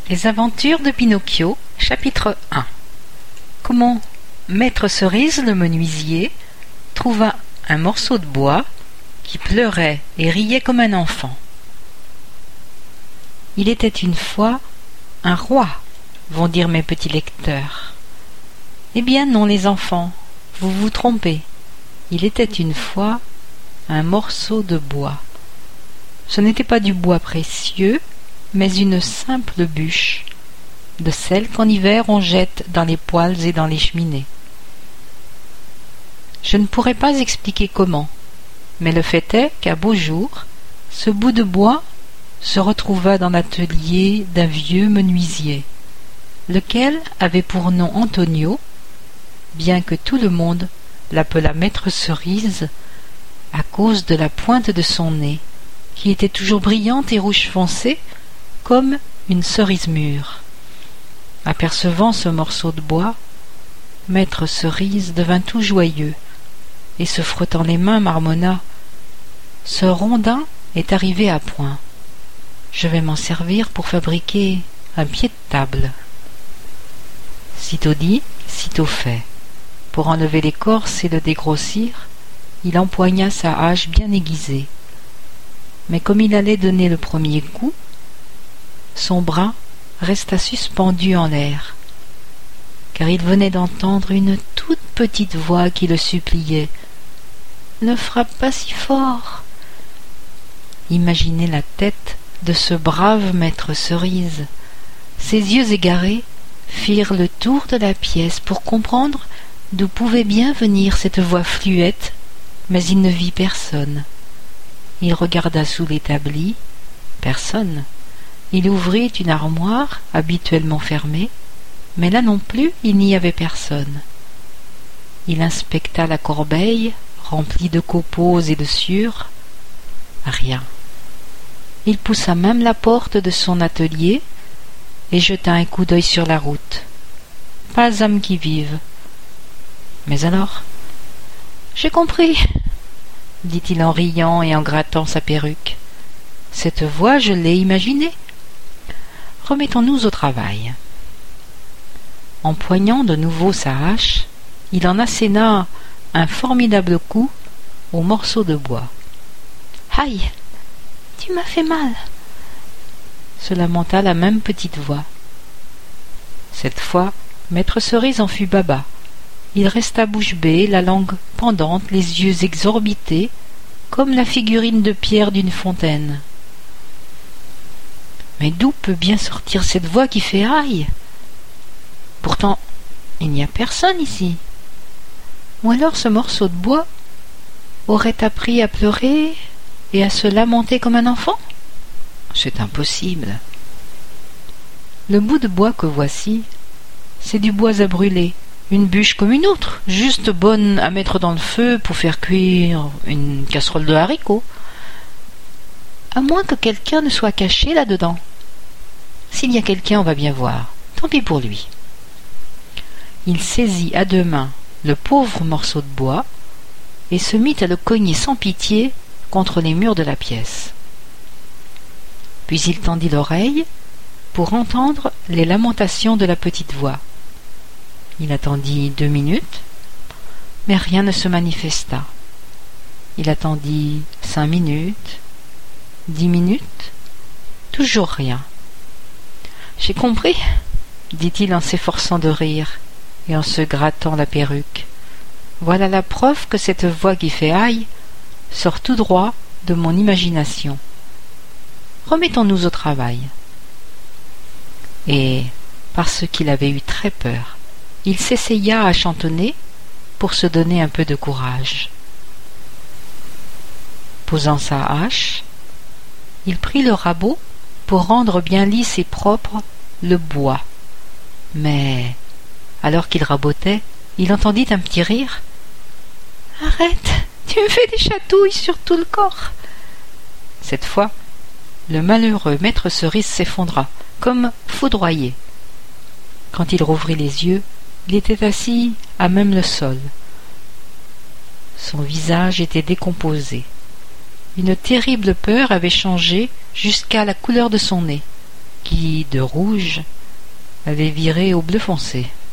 Les aventures de Pinocchio, chapitre 1. Comment Maître Cerise, le menuisier, trouva un morceau de bois qui pleurait et riait comme un enfant. Il était une fois un roi, vont dire mes petits lecteurs. Eh bien non, les enfants, vous vous trompez. Il était une fois un morceau de bois. Ce n'était pas du bois précieux, mais une simple bûche, de celle qu'en hiver on jette dans les poêles et dans les cheminées. Je ne pourrais pas expliquer comment, mais le fait est qu'à beau jour, ce bout de bois se retrouva dans l'atelier d'un vieux menuisier, lequel avait pour nom Antonio, bien que tout le monde l'appelât Maître Cerise à cause de la pointe de son nez, qui était toujours brillante et rouge foncé, comme une cerise mûre. Apercevant ce morceau de bois, Maître Cerise devint tout joyeux, et se frottant les mains marmonna: « Ce rondin est arrivé à point. Je vais m'en servir pour fabriquer un pied de table. » Sitôt dit, sitôt fait. Pour enlever l'écorce et le dégrossir, il empoigna sa hache bien aiguisée. Mais comme il allait donner le premier coup, son bras resta suspendu en l'air, car il venait d'entendre une toute petite voix qui le suppliait: « Ne frappe pas si fort !» Imaginez la tête de ce brave Maître Cerise. Ses yeux égarés firent le tour de la pièce pour comprendre d'où pouvait bien venir cette voix fluette, mais il ne vit personne. Il regarda sous l'établi, personne. Il ouvrit une armoire habituellement fermée, mais là non plus il n'y avait personne. Il inspecta la corbeille, remplie de copeaux et de sciure. Rien. Il poussa même la porte de son atelier et jeta un coup d'œil sur la route. Pas âme qui vive. Mais alors? J'ai compris, dit-il en riant et en grattant sa perruque. Cette voix, je l'ai imaginée. Remettons-nous au travail. Empoignant de nouveau sa hache, il en asséna un formidable coup au morceau de bois. « Aïe, tu m'as fait mal !» se lamenta la même petite voix. Cette fois, Maître Cerise en fut baba. Il resta bouche bée, la langue pendante, les yeux exorbités, comme la figurine de pierre d'une fontaine. Mais d'où peut bien sortir cette voix qui fait aïe? Pourtant, il n'y a personne ici. Ou alors ce morceau de bois aurait appris à pleurer et à se lamenter comme un enfant? C'est impossible. Le bout de bois que voici, c'est du bois à brûler, une bûche comme une autre, juste bonne à mettre dans le feu pour faire cuire une casserole de haricots. À moins que quelqu'un ne soit caché là-dedans. S'il y a quelqu'un, on va bien voir. Tant pis pour lui. Il saisit à deux mains le pauvre morceau de bois et se mit à le cogner sans pitié contre les murs de la pièce. Puis il tendit l'oreille pour entendre les lamentations de la petite voix. Il attendit 2 minutes, mais rien ne se manifesta. Il attendit 5 minutes, 10 minutes, toujours rien. « J'ai compris, » dit-il en s'efforçant de rire et en se grattant la perruque. « Voilà la preuve que cette voix qui fait aïe sort tout droit de mon imagination. Remettons-nous au travail. » Et, parce qu'il avait eu très peur, il s'essaya à chantonner pour se donner un peu de courage. Posant sa hache, il prit le rabot pour rendre bien lisse et propre le bois. Mais, alors qu'il rabotait, il entendit un petit rire. « Arrête, tu me fais des chatouilles sur tout le corps !» Cette fois, le malheureux Maître Cerise s'effondra, comme foudroyé. Quand il rouvrit les yeux, il était assis à même le sol. Son visage était décomposé. Une terrible peur avait changé jusqu'à la couleur de son nez. qui, de rouge, avait viré au bleu foncé.